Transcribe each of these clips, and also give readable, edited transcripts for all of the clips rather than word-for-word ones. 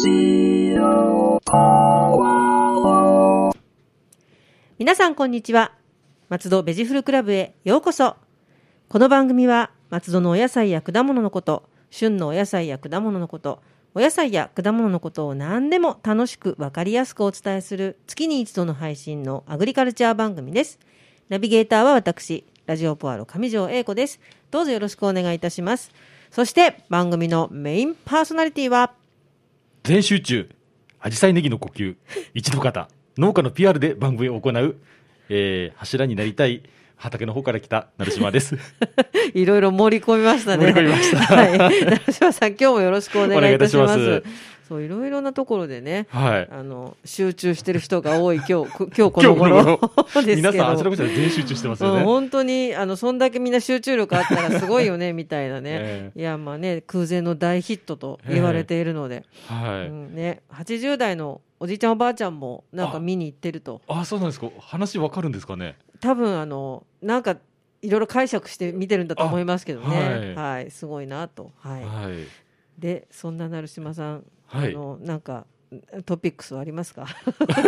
皆さんこんにちは。松戸ベジフルクラブへようこそ。この番組は松戸のお野菜や果物のこと、旬のお野菜や果物のこと、お野菜や果物のことを何でも楽しく分かりやすくお伝えする月に一度の配信のアグリカルチャー番組です。ナビゲーターは私、ラジオポアロ上条英子です。どうぞよろしくお願いいたします。そして番組のメインパーソナリティは全集中アジサイネギの呼吸一度方農家の PR で番組を行う、柱になりたい畑の方から来た成島ですいろいろ盛り込みましたね。 盛り込みましたはい、成島さん今日もよろしくお願いいたします。 お願いいたします。 そういろいろなところでね、 はい、 集中してる人が多い今日この頃ですけど、 皆さんあちらこちら全集中してますよね。 本当にそんだけみんな集中力あったらすごいよねみたいなね、いやまあね空前の大ヒットと言われているので、ね、80代のおじいちゃんおばあちゃんもなんか見に行ってると。 そうなんですか。話わかるんですかね。 多分なんかいろいろ解釈して見てるんだと思いますけどね。はい、すごいなと。はい。でそんな成島さん、なんかトピックスはありますか？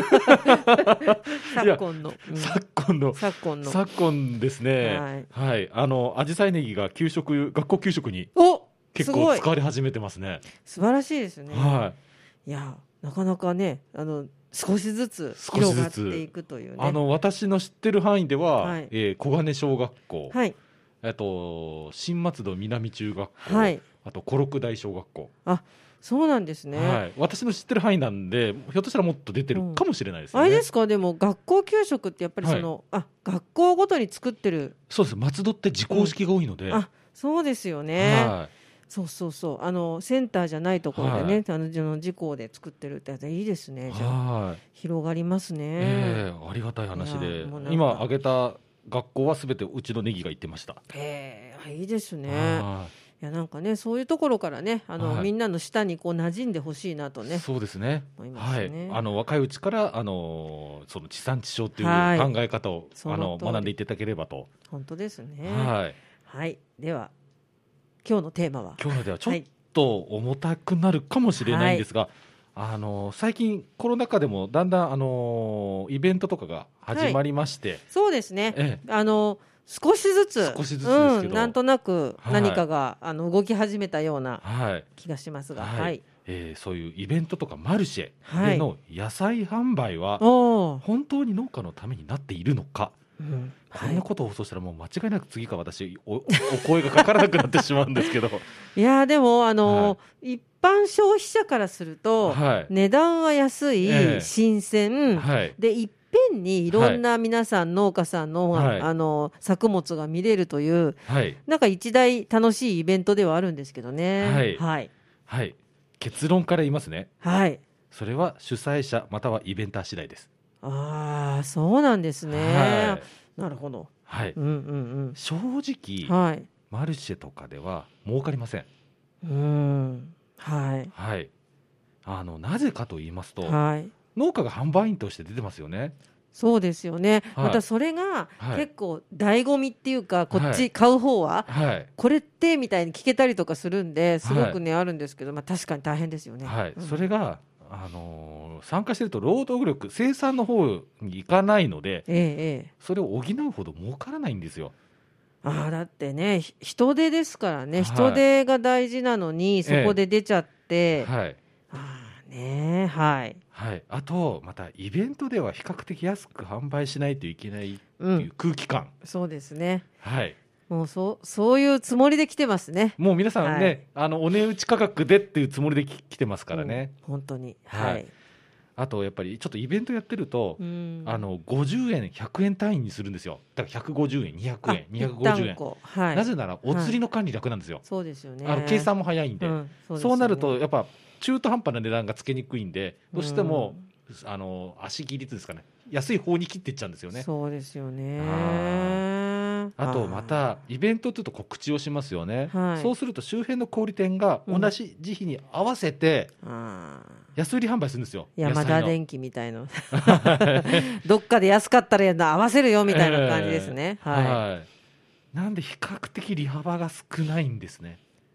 昨今ですね。はい。アジサイネギが学校給食に結構使われ始めてますね。 素晴らしいですね。はい。いやなかなかね少しずつ広がっていくというね。 私の知ってる範囲では、小金小学校、新松戸南中学校、あと小六大小学校。 そうなんですね。 私の知ってる範囲なんで、ひょっとしたらもっと出てるかもしれないですね。 あれですか。でも学校給食ってやっぱり学校ごとに作ってる。 そうです。松戸って自校式が多いので。 そうですよね。そうセンターじゃないところでね、自校で作ってるってやついいですね。じゃあ広がりますね。 ありがたい話で、今挙げた学校はすべてうちのネギが行ってました。 いいですね。いやなんかねそういうところからねみんなの下にこう馴染んでほしいなとね。 そうですね。若いうちからその地産地消っていう考え方を学んでいただければと。 本当ですね。では今日のテーマはちょっと重たくなるかもしれないんですが、最近コロナ禍でもだんだんイベントとかが始まりまして、 そうですね。少しずつですけど、なんとなく何かが動き始めたような気がしますが、 そういうイベントとかマルシェでの野菜販売は本当に農家のためになっているのか。こんなことを放送したらもう間違いなく次から私 お声がかからなくなってしまうんですけどいやでも一般消費者からすると、値段は安い、新鮮、でいっぺんにいろんな皆さん、農家さんの、作物が見れるという、なんか一大楽しいイベントではあるんですけどね。 結論から言いますね。それは主催者またはイベンター次第です。 そうなんですね。なるほど。 正直、マルシェとかでは儲かりません。なぜかと言いますと、農家が販売員として出てますよね。 そうですよね。またそれが結構醍醐味っていうか、こっち買う方は、これってみたいに聞けたりとかするんで、すごくねあるんですけど、確かに大変ですよね。 それが参加してると労働力生産の方に行かないので、それを補うほど儲からないんですよ。 だってね人手ですからね、人手が大事なのにそこで出ちゃって、 あとまたイベントでは比較的安く販売しないといけないっていう空気感、 そうですね。もうそういうつもりで来てますね。 もう皆さんね、お値打ち価格でっていうつもりで来てますからね。 本当に。 あとやっぱりちょっとイベントやってると、50円100円単位にするんですよ。だから150円200円250円、なぜならお釣りの管理楽なんですよ。 そうですよね。 計算も早いんで、そうなるとやっぱ中途半端な値段がつけにくいんで、どうしても足切りですかね、安い方に切っていっちゃうんですよね。 そうですよね。 あとまたイベントというと告知をしますよね。そうすると周辺の小売店が同じ時期に合わせて安売り販売するんですよ。 山田電機みたいなどっかで安かったら合わせるよみたいな感じですね。 なんで比較的利幅が少ないんですね。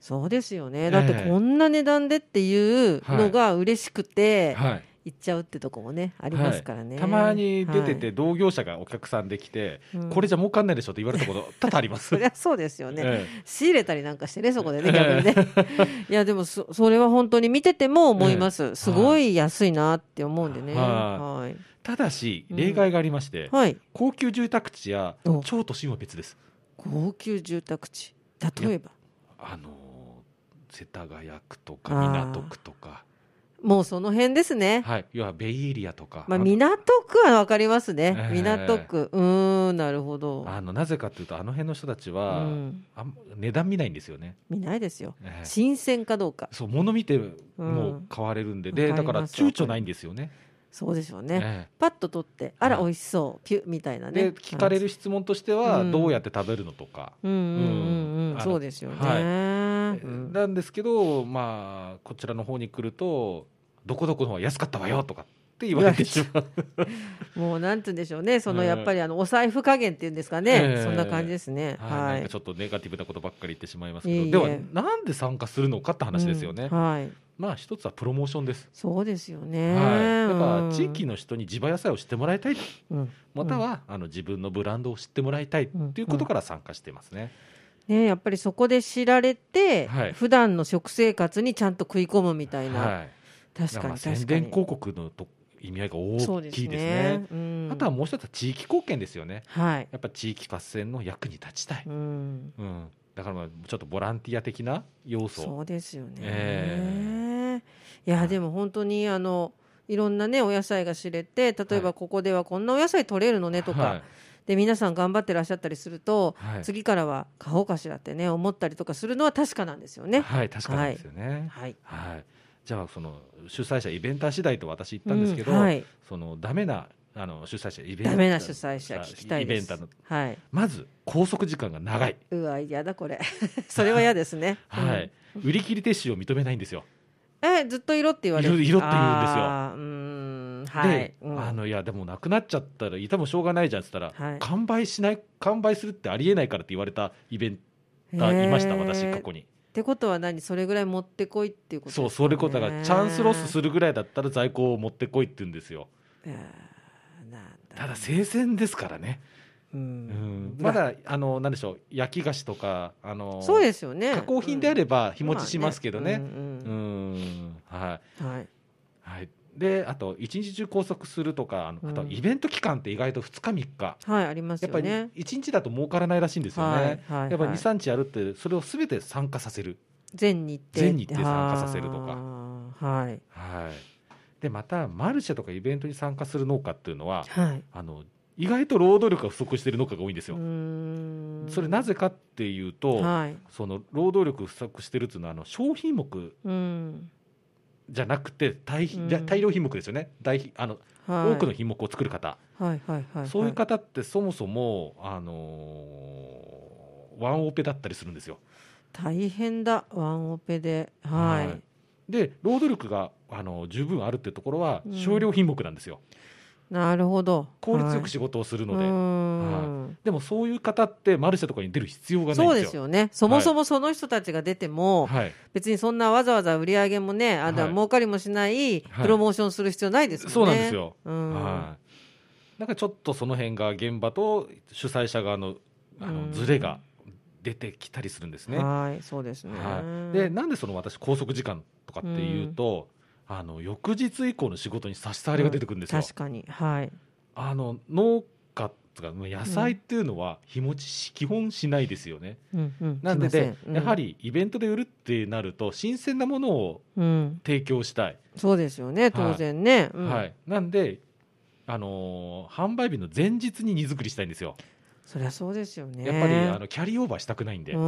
そうですよね。だってこんな値段でっていうのが嬉しくて、行っちゃうってとこもねありますからね、 たまに出てて同業者がお客さんで来て、これじゃ儲かんないでしょって言われたこと多々ありますそりゃそうですよね、仕入れたりなんかしてねそこでね、逆にねいやでもそれは本当に見てても思います、すごい安いなって思うんでね、 ただし例外がありまして、高級住宅地や超都心は別です。 高級住宅地例えば世田谷区とか港区とか、 もうその辺ですね。 要はベイエリアとか、 港区は分かりますね、港区、なるほど。 なぜかというと辺の人たちは、値段見ないんですよね。 見ないですよ、新鮮かどうか。 そう、物見てもう買われるんで、だから躊躇ないんですよね。 そうでしょうね、パッと取ってあら美味しそうピュみたいなね。 で聞かれる質問としては、どうやって食べるのとか、 そうですよね、 なんですけど、こちらの方に来るとどこどこの方が安かったわよとかって言われてしまうもうなんて言うんでしょうね、やっぱりお財布加減っていうんですかね、そんな感じですね。 なんかちょっとネガティブなことばっかり言ってしまいますけど、ではなんで参加するのかって話ですよね。一つはプロモーションです。 そうですよね、 やっぱ地域の人に地場野菜を知ってもらいたい、または自分のブランドを知ってもらいたいということから参加してますね。 やっぱりそこで知られて、普段の食生活にちゃんと食い込むみたいな、確かに宣伝広告の意味合いが大きいですね。あとはもう一つは地域貢献ですよね。やっぱ地域活性の役に立ちたい、だからちょっとボランティア的な要素。 そうですよね、いやでも本当にいろんなねお野菜が知れて、例えばここではこんなお野菜取れるのねとか、で皆さん頑張ってらっしゃったりすると、次からは買おうかしらってね思ったりとかするのは確かなんですよね。 確かなんですよね。じゃあその主催者イベンター次第と私言ったんですけど、そのダメな主催者イベンター、 ダメな主催者聞きたいです。 まず拘束時間が長い。 うわ嫌だこれそれは嫌ですね。 売り切り撤収を認めないんですよ。 ずっと色って言われる。 色って言うんですよ。いやでもなくなっちゃったらいたもしょうがないじゃんって言ったら、完売するってありえないからって言われたイベンターいました、私過去に。ってことはそれぐらい持ってこいっていうことですかね。 それことがチャンスロスするぐらいだったら在庫を持ってこいって言うんですよ。ただ生鮮ですからね。まだなんでしょう、焼き菓子とかそうですよね、 加工品であれば日持ちしますけどね。であと一日中拘束するとか、あとイベント期間って意外と2日3日、 ありますよね。 やっぱり1日だと儲からないらしいんですよね。やっぱり2、3日やるってそれを全て参加させる、 全日程参加させるとか。でまたマルシェとかイベントに参加する農家っていうのは、意外と労働力が不足している農家が多いんですよ。それなぜかっていうと、その労働力不足してるっていうのは商品目じゃなくて大量品目ですよね。多くの品目を作る方、そういう方ってそもそもワンオペだったりするんですよ。 大変だ、ワンオペで。 で労働力が十分あるっていうところは少量品目なんですよ。 なるほど。 効率よく仕事をするので、でもそういう方ってマルシェとかに出る必要がないんですよ。 そうですよね。そもそもその人たちが出ても、別にそんなわざわざ売り上げもね、儲かりもしないプロモーションする必要ないですもんね。 そうなんですよ。なんかちょっとその辺が現場と主催者側のズレが出てきたりするんですね。 そうですね。 でなんで私拘束時間とかっていうと、翌日以降の仕事に差し障りが出てくるんですよ。 確かに。 農家とか野菜っていうのは日持ち基本しないですよね。なんでやはりイベントで売るってなると新鮮なものを提供したい。 そうですよね、当然ね。 なんで販売日の前日に荷造りしたいんですよ。 そりゃそうですよね。 やっぱりキャリーオーバーしたくないんで。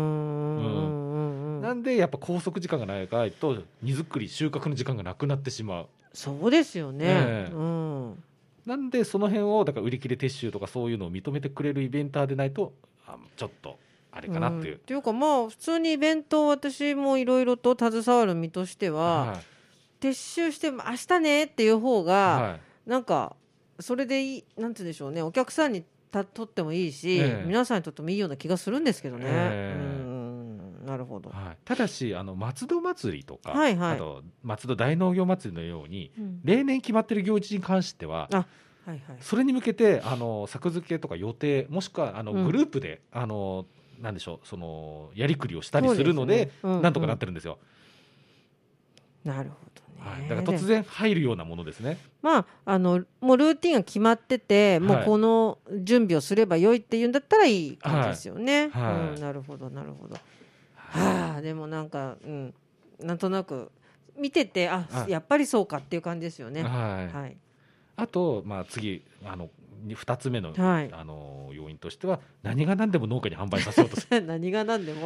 なんでやっぱ拘束時間が長いと荷造り収穫の時間がなくなってしまう。 そうですよね。 なんでその辺をだから売り切れ撤収とかそういうのを認めてくれるイベンターでないとちょっとあれかなっていう。 っていうか普通にイベントを私もいろいろと携わる身としては、撤収して明日ねっていう方が、なんかそれでいい、なんて言うんでしょうね、お客さんにとってもいいし、皆さんにとってもいいような気がするんですけどね。 なるほど。 ただし松戸祭りとか、 はいはい、 あと松戸大農業祭りのように、例年決まっている行事に関しては、 はいはい、 それに向けて作付けとか予定もしくはグループで、なんでしょう、そのやりくりをしたりするので、なんとかなってるんですよ。 なるほどね。 だから突然入るようなものですね。 まあ、もうルーティンが決まってて、もうこの準備をすればよいっていうんだったらいい感じですよね。なるほどなるほど。でもなんか、なんとなく見ててやっぱりそうかっていう感じですよね。 あと、次2つ目の、要因としては、何が何でも農家に販売させようとする何が何でも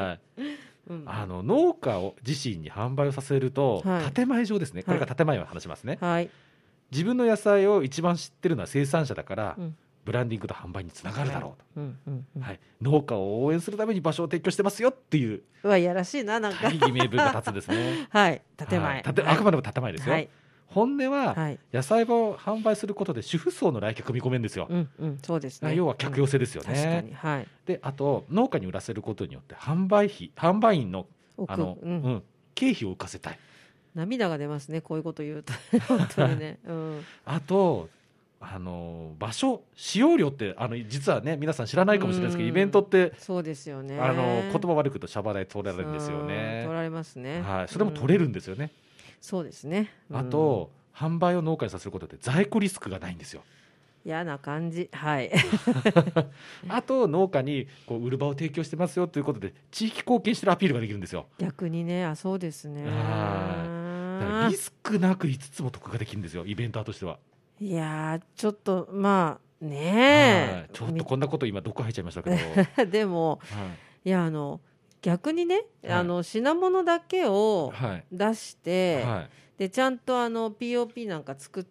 農家を自身に販売をさせると、建前上ですね、これから建前を話しますね、自分の野菜を一番知ってるのは生産者だから、ブランディングと販売につながるだろうと、農家を応援するために場所を提供してますよっていう、 いやらしいな、なんか大義名分が立つですね建前、 あくまでも建前ですよ。本音は、野菜を販売することで主婦層の来客見込めるんですよ。 そうですね。 要は客寄せですよね。で、あと農家に売らせることによって販売員の経費を浮かせたい。 涙が出ますね、こういうこと言うと本当にね。 あと場所使用料って実はね、皆さん知らないかもしれないですけど、イベントってそうですよね。 言葉悪く言うとシャバ代取られるんですよね。 取られますね。 それも取れるんですよね。 そうですね。 あと販売を農家にさせることで在庫リスクがないんですよ。 嫌な感じ。 あと農家に売る場を提供してますよということで、地域貢献してるアピールができるんですよ。 逆にね。そうですね。だからリスクなく5つも得ができるんですよ、イベンターとしては。 いやちょっとちょっとこんなこと今毒入っちゃいましたけどでも、いや逆にね、品物だけを出して、でちゃんとPOP なんか作って、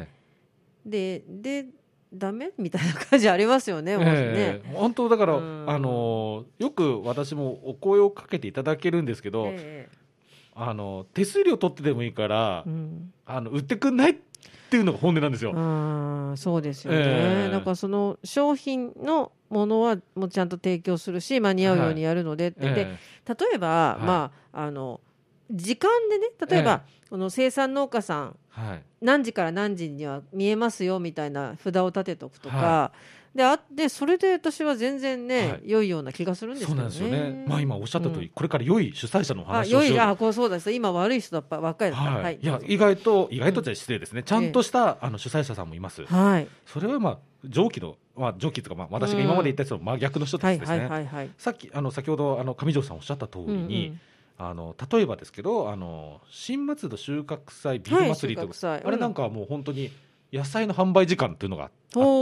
でダメみたいな感じありますよね。もしね、 本当だから、よく私もお声をかけていただけるんですけど、手数料取ってでもいいから、売ってくんないっていうのが本音なんですよ。 そうですよね。だからその商品のものはもうちゃんと提供するし、間に合うようにやるのでって、で例えば、時間でね、例えば、この生産農家さん、何時から何時には見えますよみたいな札を立てとくとか、でそれで私は全然ね、良いような気がするんですけどね。 そうなんですよね。今おっしゃった通り、これから良い主催者のお話をしよう。 そうです。今悪い人ばっかりだった。 いや意外とじゃ失礼ですね。ちゃんとした主催者さんもいます。それは上記の上記というか、私が今まで言ったやつの真逆の人たちですね。先ほど上条さんおっしゃった通りに、例えばですけど、新松戸収穫祭ビール祭りとか、あれなんかはもう本当に野菜の販売時間というのがあって、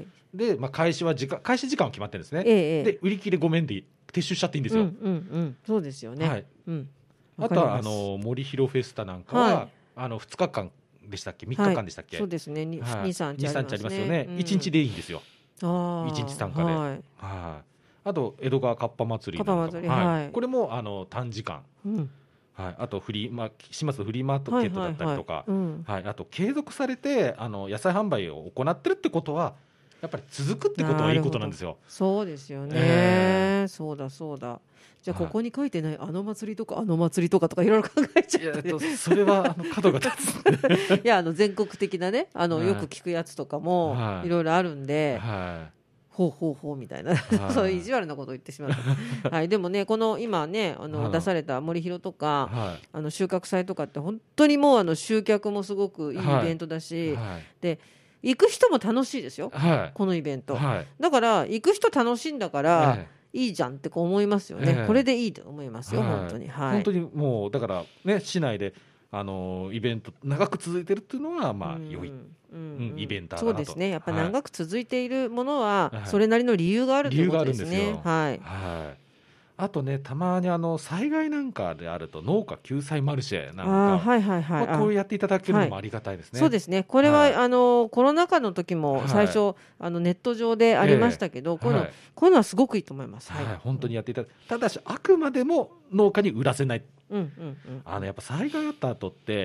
で、開始時間は決まってるんですね。で売り切れごめんで撤収しちゃっていいんですよ。 そうですよね。 あとは森広フェスタなんかは2日間でしたっけ、3日間でしたっけ。 そうですね。2、3日ありますよね。1日でいいんですよ。1日参加で。あと江戸川かっぱ祭りなんか、これも短時間。あと新松戸フリーマーケットだったりとか、あと継続されて野菜販売を行ってるってことはやっぱり続くってことはいいことなんですよ。 そうですよね。そうだ。じゃあここに書いてない祭りとか祭りとかいろいろ考えちゃって、 それは角が立ついや全国的なね、よく聞くやつとかもいろいろあるんで、ほうみたいなそういう意地悪なことを言ってしまったでもね、この今ね出された森広とか、収穫祭とかって本当にもう集客もすごくいいイベントだし、で行く人も楽しいですよ、このイベント、だから行く人楽しいんだから、いいじゃんって思いますよね、これでいいと思いますよ、本当に。 本当にもうだからね、市内でイベント長く続いてるっていうのは良いイベンターだなと。 そうですね。やっぱ長く続いているものはそれなりの理由があるということですね。 あとね、たまに災害なんかであると農家救済マルシェなんか、こうやっていただけるのもありがたいですね。 そうですね。これはコロナ禍の時も最初ネット上でありましたけど、こういうのはすごくいいと思います。 本当にやっていただく。ただしあくまでも農家に売らせない。やっぱ災害あった後って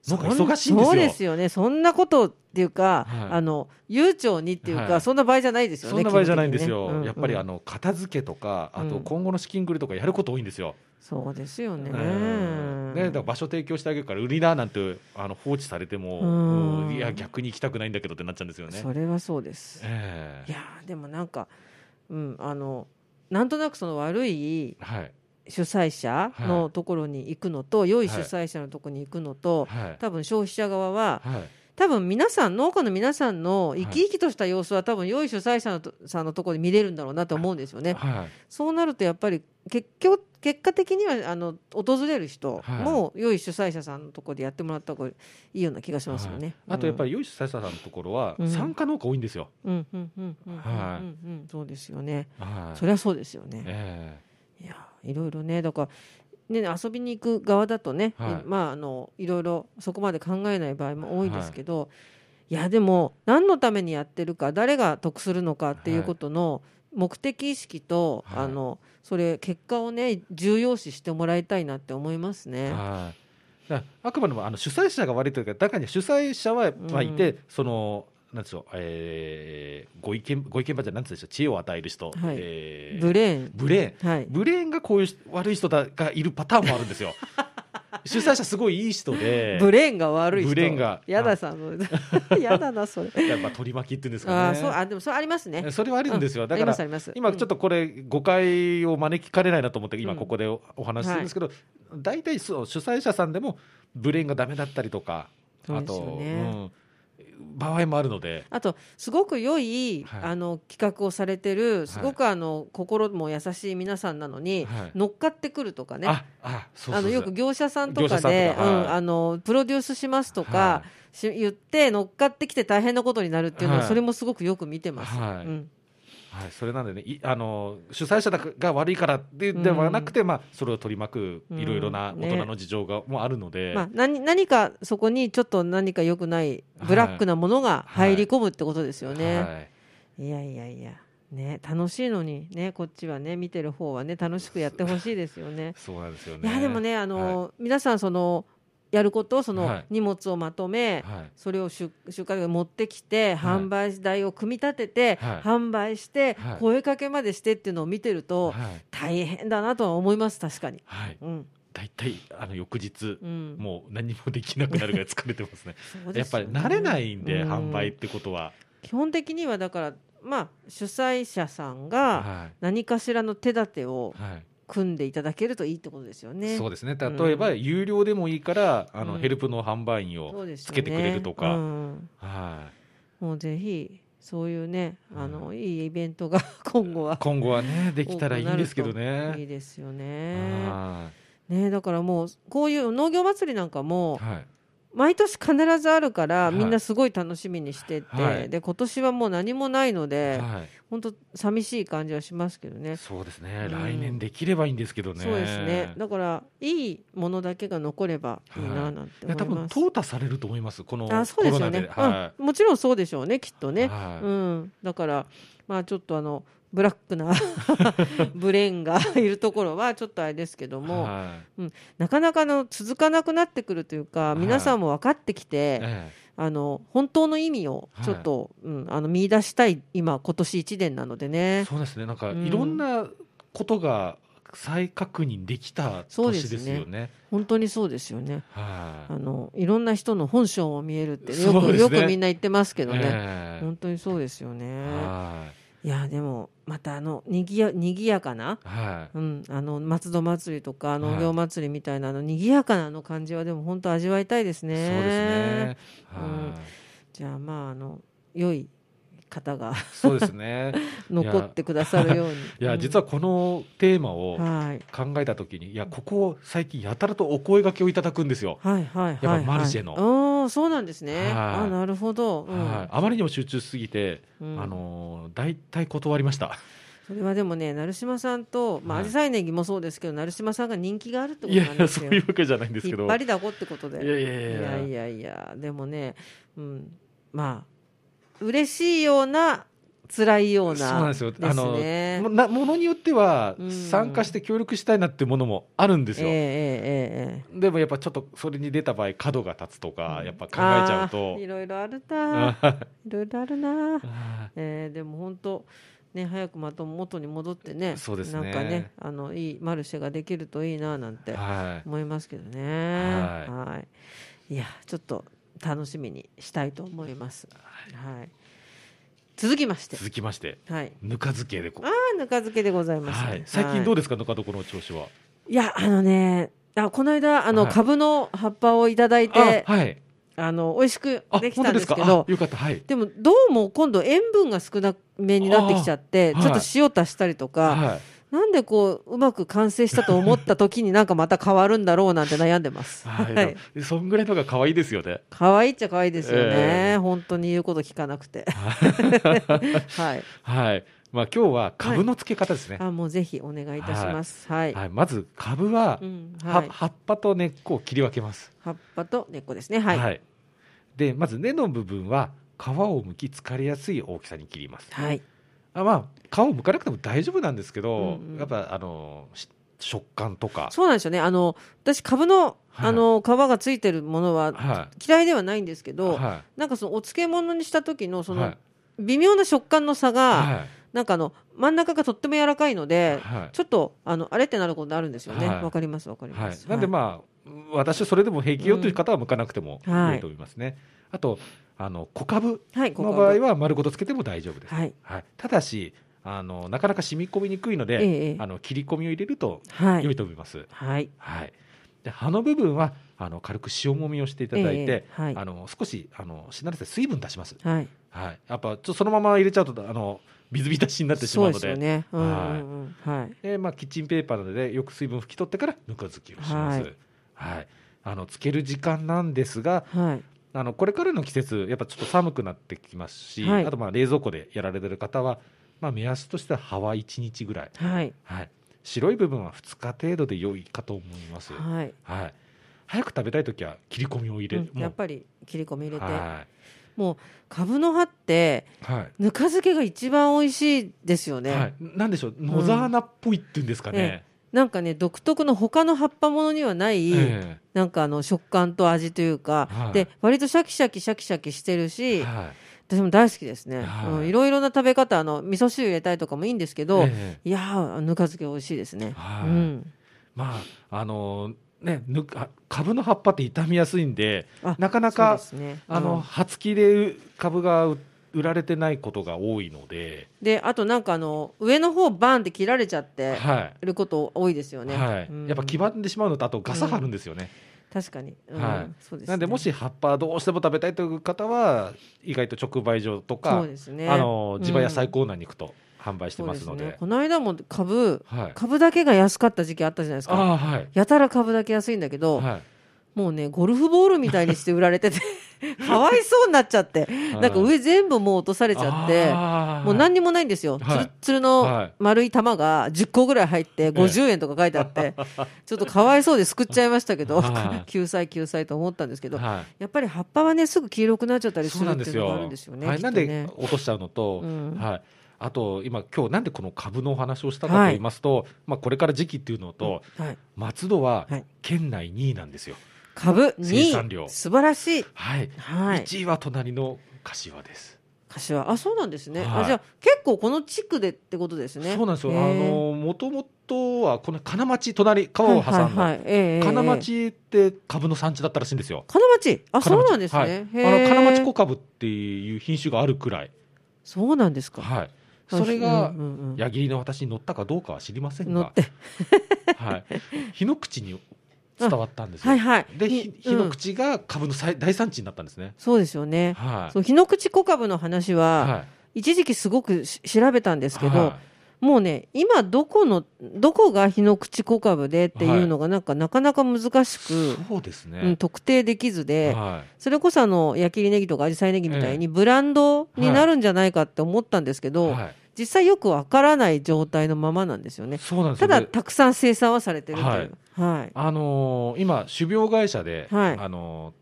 農家忙しいんですよ。 そうですよね。そんなことっていうか、 はい、 悠長にっていうか、 はい、 そんな場合じゃないですよね。 そんな場合じゃないんですよ、 うんうん、 やっぱり片付けとか、あと今後の資金繰りとかやること多いんですよ。 そうですよね。 ね、だから場所提供してあげるから売りななんて放置されても、いや逆に行きたくないんだけどってなっちゃうんですよね。 それはそうです、いやでもなんか、なんとなくその悪い主催者のところに行くのと、良い主催者のところに行くのと、多分消費者側は、多分農家の皆さんの生き生きとした様子は多分良い主催者さんのところで見れるんだろうなと思うんですよね。そうなるとやっぱり結果的には訪れる人も良い主催者さんのところでやってもらった方がいいような気がしますよね。 あとやっぱり良い主催者さんのところは参加農家多いんですよ。 そうですよね。それはそうですよね。いやいろいろね、だからね、遊びに行く側だとね、いろいろそこまで考えない場合も多いですけど、いやでも何のためにやってるか、誰が得するのかっていうことの目的意識と、それ結果をね重要視してもらいたいなって思いますね。 あくまでも主催者が悪いというか、中には主催者はいて、そのなんでしょう、ご意見番じゃなんていうんでしょう、知恵を与える人、 ブレーンがこういう悪い人がいるパターンもあるんですよ。主催者すごいいい人で、 ブレーンが悪い人、やだやだなそれ。 取り巻きっていうんですかね。 でもそれありますね。 それはあるんですよ。だから今ちょっとこれ誤解を招きかねないなと思って今ここでお話しするんですけど、大体主催者さんでもブレーンがダメだったりとか、あと場合もあるので、 あとすごく良い、企画をされてる、すごく心も優しい皆さんなのに、乗っかってくるとかね、よく業者さんとかでプロデュースしますとか、言って乗っかってきて大変なことになるっていうのは、それもすごくよく見てます。 それなんでね、主催者が悪いからではなくて、それを取り巻くいろいろな大人の事情がもあるので、 何かそこにちょっと何か良くないブラックなものが入り込むってことですよね。いやね、楽しいのにね、こっちはね見てる方はね楽しくやってほしいですよね。 そうなんですよね。 いやでもね、皆さんやること、荷物をまとめ、それを出荷で持ってきて、販売台を組み立てて、販売して、声かけまでしてっていうのを見てると、大変だなとは思います。確かに。 大体翌日、もう何もできなくなるぐらい疲れてますね。やっぱり慣れないんで、販売ってことは基本的にはだから、主催者さんが何かしらの手立てを組んでいただけるといいってことですよね。 そうですね。例えば、有料でもいいからヘルプの販売員をつけてくれるとか、 もうぜひそういうね、いいイベントが今後はねできたらいいんですけどね。 いいですよね。だからもうこういう農業祭りなんかも、毎年必ずあるから、みんなすごい楽しみにしてて、で今年はもう何もないので、本当寂しい感じはしますけどね。 そうですね、来年できればいいんですけどね。 そうですね。だからいいものだけが残ればいいななんて思います。 多分淘汰されると思います、このコそうですよね。もちろんそうでしょうね、きっとね。だからちょっとブラックなブレーンがいるところはちょっとあれですけども、なかなか続かなくなってくるというか、皆さんも分かってきて、本当の意味をちょっと、見出したい今年1年なのでね。 そうですね。なんかいろんなことが再確認できた年ですよね。 本当にそうですよね。いろんな人の本性も見えるってよくみんな言ってますけどね。本当にそうですよね。いやでもまたにぎやかな、松戸祭りとか農業祭りみたいなにぎやかな感じはでも本当味わいたいですね。 そうですね。 じゃあ良い方がそうですね残ってくださるように。 いや実はこのテーマを考えたときに、いやここ最近やたらとお声掛けをいただくんですよ。やっぱマルシェの。 そうなんですね。なるほど。 あまりにも集中しすぎて、大体断りました。 それはでもね、成島さんとアジサイネギもそうですけど、成島さんが人気があるってことなんですよ。 そういうわけじゃないんですけど、 引っ張りだこってことで。 いやでもね、嬉しいような辛いような、 そうなんですよ。 ね、 ものによっては参加して協力したいなっていうものもあるんですよ。でもやっぱちょっとそれに出た場合角が立つとかやっぱ考えちゃうと、 いろいろあるな、いろいろあるな。でも本当ね、早くまた元に戻ってね、 そうですね、 なんかね、いいマルシェができるといいななんて思いますけどね。はい。いや、ちょっと楽しみにしたいと思います。はい。続きまして、はい、 ぬか漬けでぬか漬けでございます、ね。はい、 最近どうですか、ぬか床の調子は。 いや、この間株の葉っぱをいただいて、はい、美味しくできたんですけど、 よかった、はい、 でもどうも今度塩分が少なめになってきちゃって、ちょっと塩足したりとか、はい、なんでうまく完成したと思った時になんかまた変わるんだろうなんて悩んでます。 はい、そんぐらいのが可愛いですよね。 可愛いっちゃ可愛いですよね。本当に言うこと聞かなくて。はい。 はい。まあ今日は株の付け方ですね。 もうぜひお願いいたします。はい。 まず株は葉っぱと根っこを切り分けます。 葉っぱと根っこですね。はい。 でまず根の部分は皮を剥き疲れやすい大きさに切ります。 はい。 まあ皮を剥かなくても大丈夫なんですけど、やっぱ食感とか。 そうなんですよね。私株の皮がついてるものは嫌いではないんですけど、なんかそのお漬物にした時のその微妙な食感の差が、なんか真ん中がとっても柔らかいので、ちょっとあれってなることあるんですよね。わかりますわかります。 なんでまあ私はそれでも平気よという方は剥かなくてもいいと思いますね。あと小株の場合は丸ごとつけても大丈夫です。ただしなかなか染み込みにくいので、切り込みを入れると良いと思います。で葉の部分は軽く塩もみをしていただいて、少ししならせ水分出します。やっぱそのまま入れちゃうと水浸しになってしまうので、キッチンペーパーなどでよく水分拭き取ってからぬか漬けをします。漬ける時間なんですが、これからの季節やっぱちょっと寒くなってきますし、あと冷蔵庫でやられてる方は、目安としては葉は1日ぐらい、白い部分は2日程度で良いかと思います。早く食べたいときは切り込みを入れ、 やっぱり切り込み入れて、もう株の葉って、ぬか漬けが一番美味しいですよね。 なんでしょう、野沢菜っぽいっていうんですかね。 なんかね、独特の他の葉っぱものにはない、なんか食感と味というか、で割とシャキシャキしてるし、私も大好きですね。いろいろな食べ方、味噌汁入れたりとかもいいんですけど、いやぬか漬け美味しいですね。 株の葉っぱって傷みやすいんで、なかなか葉付きで株が売られてないことが多いので、 あとなんか上の方バンって切られちゃってること多いですよね。 やっぱ黄ばんでしまうのと、あとガサ張るんですよね。 確かに。 なんでもし葉っぱどうしても食べたいという方は意外と直売所とか地場野菜コーナーに行くと販売してますので、 この間も株だけが安かった時期あったじゃないですか。やたら株だけ安いんだけど、もうねゴルフボールみたいにして売られててかわいそうになっちゃって、なんか上全部もう落とされちゃって、もう何にもないんですよ。つるつるの丸い玉が10個ぐらい入って50円とか書いてあって、ちょっとかわいそうですくっちゃいましたけど、救済と思ったんですけど、やっぱり葉っぱはねすぐ黄色くなっちゃったりするっていうのがあるんですよね。 なんで落としちゃうのと、あと今日なんでこの株のお話をしたかと言いますと、これから時期っていうのと、松戸は県内2位なんですよ。 株2位、素晴らしい。 1位は隣の柏です。 柏、そうなんですね。じゃあ結構この地区でってことですね。 そうなんですよ。もともとはこの金町、隣川を挟んだ金町って株の産地だったらしいんですよ。 金町、そうなんですね。 金町小株っていう品種があるくらい。 そうなんですか。 それが矢切の私に乗ったかどうかは知りませんが、日の口に伝わったんですよ。で日の口が株の大産地になったんですね。 そうですよね。日の口小株の話は一時期すごく調べたんですけど、もうね今どこが日の口小株でっていうのがなかなか難しく、 そうですね、 特定できずで、それこそ矢切ネギとかアジサイネギみたいにブランドになるんじゃないかって思ったんですけど、実際よくわからない状態のままなんですよね。ただたくさん生産はされてるという、 今種苗会社で、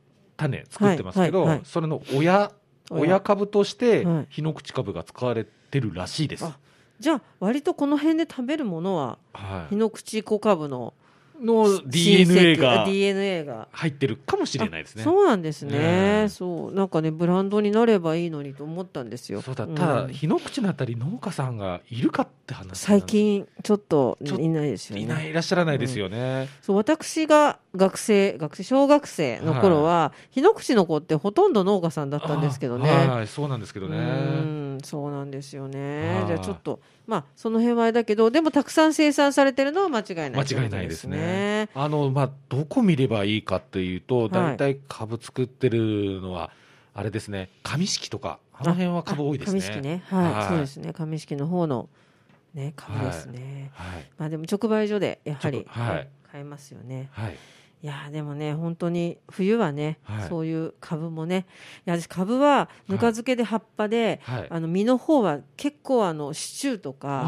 種作ってますけど、それの親株として日の口株が使われってるらしいです。 じゃあ割とこの辺で食べるものは、ヒノクチコカブの DNA が入ってるかもしれないですね。 そうなんですね。そうなんかねブランドになればいいのにと思ったんですよ。 そうだ、ただヒノクチのあたり農家さんがいるかって話。 最近ちょっといないですよね。 いらっしゃらないですよね。 そう私が小学生の頃は、ヒノクチの子ってほとんど農家さんだったんですけどね。 はい、そうなんですけどね。 そうなんですよね。じゃあちょっとその辺はあれだけど、でもたくさん生産されてるのは間違いない、 間違いないですね。どこ見ればいいかっていうと、だいたい株作ってるのはあれですね、上敷とかあの辺は株多いですね。 上敷ね、はい、そうですね、上敷の方のね株ですね。でも直売所でやはり買えますよね。いやでもね本当に冬はね、そういう株もね、いや私株はぬか漬けで葉っぱで、実の方は結構シチューとか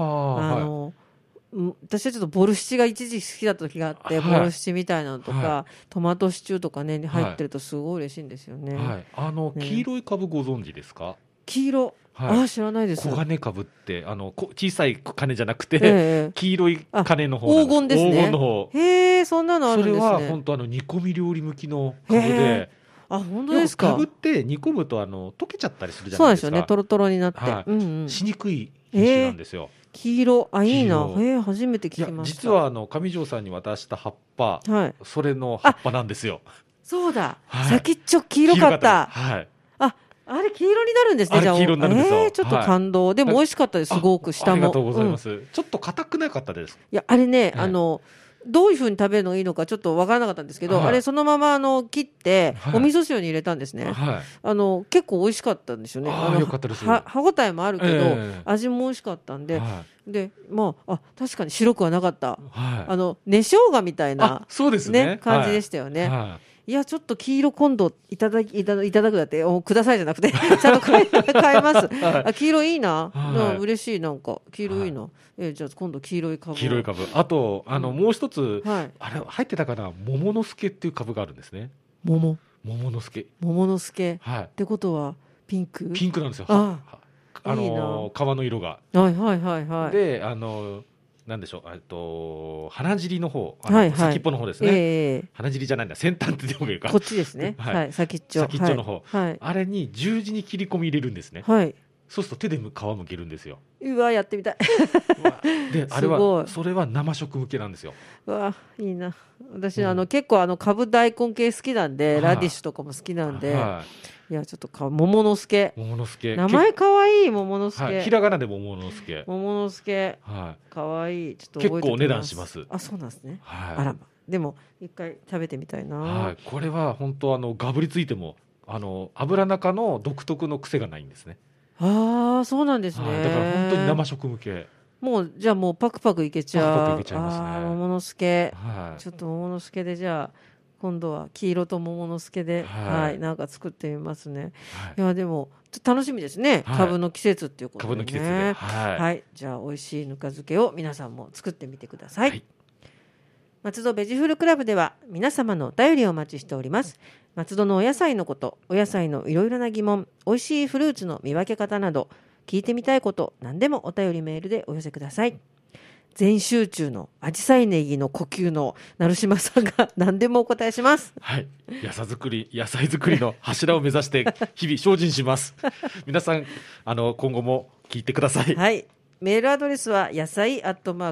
私はちょっとボルシチが一時好きだった時があって、ボルシチみたいなのとか、トマトシチューとかね入ってるとすごい嬉しいんですよね。 黄色い株ご存知ですか？ 黄色、知らないです。 黄金株って小さい金じゃなくて、黄色い金の方なんです。 黄金ですね。 黄金の方。 へえ、そんなのあるんですね。 それは本当煮込み料理向きの株で。 本当ですか。 株って煮込むと溶けちゃったりするじゃないですか。 そうですよね、トロトロになって、 しにくい品種なんですよ。 黄色、いいな。初めて聞きました。 実は上条さんに渡した葉っぱ、それの葉っぱなんですよ。 そうだ、先っちょ黄色かった。あれ黄色になるんですね。じゃあ黄色になるんですよ。ちょっと感動。でも美味しかったです。すごく下も。 ありがとうございます。ちょっと硬くなかったです。 いやあれね、どういう風に食べるのがいいのかちょっと分からなかったんですけど、あれそのまま切ってお味噌汁に入れたんですね。結構美味しかったんですよね。 よかったです。 歯ごたえもあるけど、味も美味しかったんで、で確かに白くはなかった。根生姜みたいな感じでしたよね。いやちょっと黄色今度いただくだってくださいじゃなくてちゃんと買います。黄色いいな、嬉しい。なんか黄色いいな。じゃあ今度黄色い株。 あともう一つ、あれ入ってたかな、桃之助っていう株があるんですね。桃之助ってことはピンクなんですよ。皮の色が。でなんでしょう、花尻の方、先っぽの方ですね。花尻じゃないんだ、先端ってどこがいいか。 こっちですね。先っちょの方、あれに十字に切り込み入れるんですね。そうすると手で皮むけるんですよ。 うわ、やってみたい。 であれそれは生食向けなんですよ。 うわ、いいな。私結構株大根系好きなんで、ラディッシュとかも好きなんで、いやちょっと桃之助、名前かわいい。桃之助、 ひらがなで桃之助。 かわいい。ちょっと結構お値段します。 そうなんですね。あらま、でも一回食べてみたいな。 これは本当がぶりついても油中の独特の癖がないんですね。 そうなんですね。 だから本当に生食向け。 じゃあもうパクパクいけちゃう。 パクパクいけちゃいますね。 桃之助、ちょっと桃之助でじゃあ今度は黄色と桃之助で、なんか作ってみますね。いやでも楽しみですね。株の季節っていうことでね。株の季節で、じゃあ美味しいぬか漬けを皆さんも作ってみてください。松戸ベジフルクラブでは皆様のお便りをお待ちしております。松戸のお野菜のこと、お野菜のいろいろな疑問、おいしいフルーツの見分け方など、聞いてみたいこと、何でもお便りメールでお寄せください。全集中のアジサイネギの呼吸の成島さんが何でもお答えします。 野菜作りの柱を目指して日々精進します。皆さん今後も聞いてください。 メールアドレスは野菜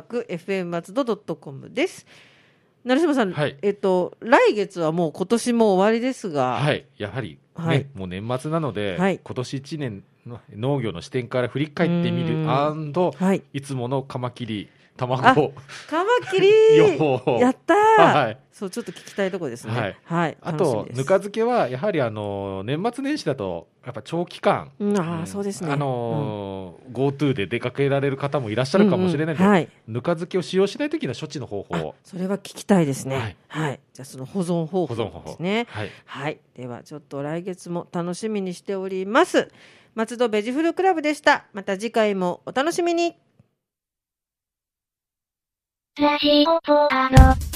@fm松戸.com です。成島さん、来月はもう今年も終わりですが、 やはり、もう年末なので、今年1年の農業の視点から振り返ってみる&いつものカマキリ卵カマキリやったー、そうちょっと聞きたいところですね。 あとぬか漬けはやはり年末年始だとやっぱ長期間、 そうですね、 GoTo で出かけられる方もいらっしゃるかもしれないので、ぬか漬けを使用しない時の処置の方法を、 それは聞きたいですね。じゃあその保存方法ですね。ではちょっと来月も楽しみにしております。松戸ベジフルクラブでした。また次回もお楽しみに。ラジオポアロ